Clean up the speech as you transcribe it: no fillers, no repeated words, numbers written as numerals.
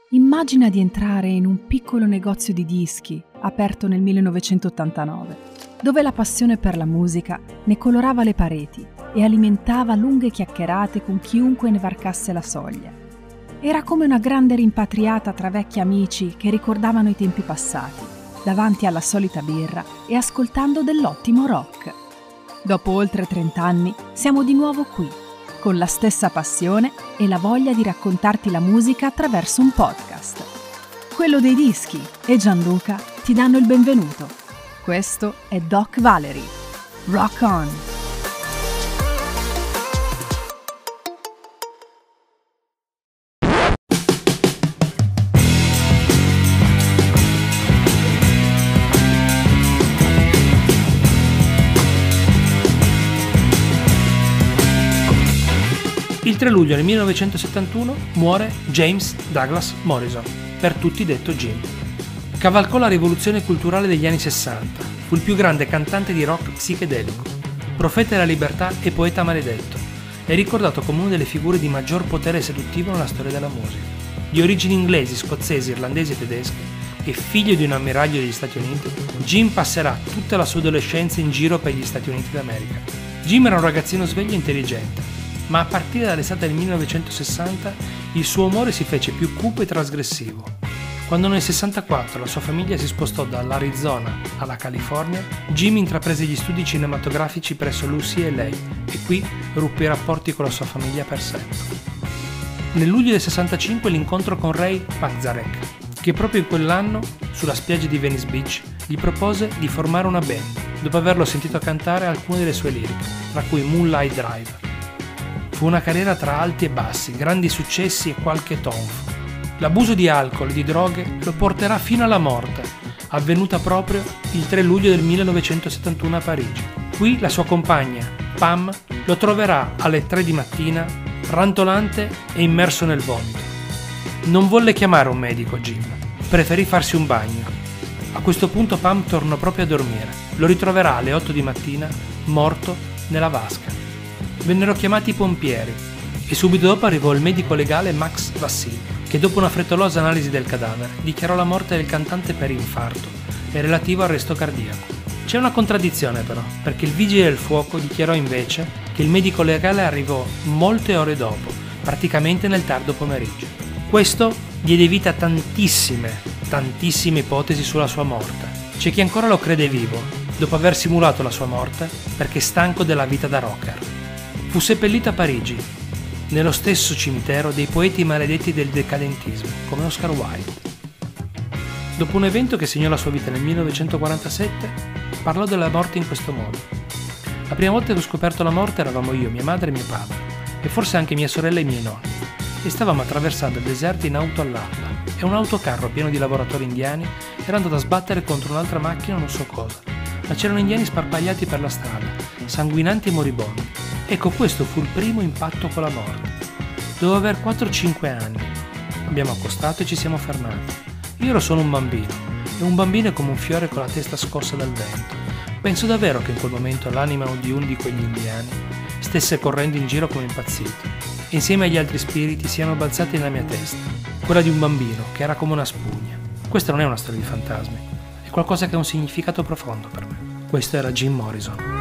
Immagina di entrare in un piccolo negozio di dischi aperto nel 1989, dove la passione per la musica ne colorava le pareti e alimentava lunghe chiacchierate con chiunque ne varcasse la soglia. Era come una grande rimpatriata tra vecchi amici che ricordavano i tempi passati, davanti alla solita birra e ascoltando dell'ottimo rock. Dopo oltre 30 anni siamo di nuovo qui, con la stessa passione e la voglia di raccontarti la musica attraverso un podcast. Quello dei dischi e Gianluca ti danno il benvenuto. Questo è Doc Valery. Rock on! Il 3 luglio del 1971 muore James Douglas Morrison, per tutti detto Jim. Cavalcò la rivoluzione culturale degli anni 60, fu il più grande cantante di rock psichedelico, profeta della libertà e poeta maledetto. È ricordato come una delle figure di maggior potere seduttivo nella storia della musica. Di origini inglesi, scozzesi, irlandesi e tedesche, e figlio di un ammiraglio degli Stati Uniti, Jim passerà tutta la sua adolescenza in giro per gli Stati Uniti d'America. Jim era un ragazzino sveglio e intelligente, ma a partire dall'estate del 1960 il suo umore si fece più cupo e trasgressivo. Quando nel 64 la sua famiglia si spostò dall'Arizona alla California, Jim intraprese gli studi cinematografici presso l'UCLA e qui ruppe i rapporti con la sua famiglia per sempre. Nel luglio del 65 l'incontro con Ray Manzarek, che proprio in quell'anno, sulla spiaggia di Venice Beach, gli propose di formare una band, dopo averlo sentito cantare alcune delle sue liriche, tra cui Moonlight Drive. Fu una carriera tra alti e bassi, grandi successi e qualche tonfo. L'abuso di alcol e di droghe lo porterà fino alla morte, avvenuta proprio il 3 luglio del 1971 a Parigi. Qui la sua compagna, Pam, lo troverà alle 3 di mattina, rantolante e immerso nel vomito. Non volle chiamare un medico Jim, preferì farsi un bagno. A questo punto Pam tornò proprio a dormire. Lo ritroverà alle 8 di mattina, morto nella vasca. Vennero chiamati i pompieri e subito dopo arrivò il medico legale Max Vassil, che dopo una frettolosa analisi del cadavere dichiarò la morte del cantante per infarto e relativo arresto cardiaco. C'è una contraddizione però, perché il vigile del fuoco dichiarò invece che il medico legale arrivò molte ore dopo, praticamente nel tardo pomeriggio. Questo diede vita a tantissime ipotesi sulla sua morte. C'è chi ancora lo crede vivo, dopo aver simulato la sua morte perché è stanco della vita da rocker. Fu seppellito a Parigi, nello stesso cimitero dei poeti maledetti del decadentismo, come Oscar Wilde. Dopo un evento che segnò la sua vita nel 1947, parlò della morte in questo modo. La prima volta che ho scoperto la morte eravamo io, mia madre e mio padre, e forse anche mia sorella e i miei nonni, e stavamo attraversando il deserto in auto all'alba, e un autocarro pieno di lavoratori indiani era andato a sbattere contro un'altra macchina o non so cosa, ma c'erano indiani sparpagliati per la strada, sanguinanti e moribondi. Ecco, questo fu il primo impatto con la morte. Dovevo aver 4-5 anni. Abbiamo accostato e ci siamo fermati. Io ero solo un bambino, e un bambino è come un fiore con la testa scossa dal vento. Penso davvero che in quel momento l'anima di uno di quegli indiani stesse correndo in giro come impazzito, e insieme agli altri spiriti siano balzati nella mia testa, quella di un bambino che era come una spugna. Questa non è una storia di fantasmi, è qualcosa che ha un significato profondo per me. Questo era Jim Morrison.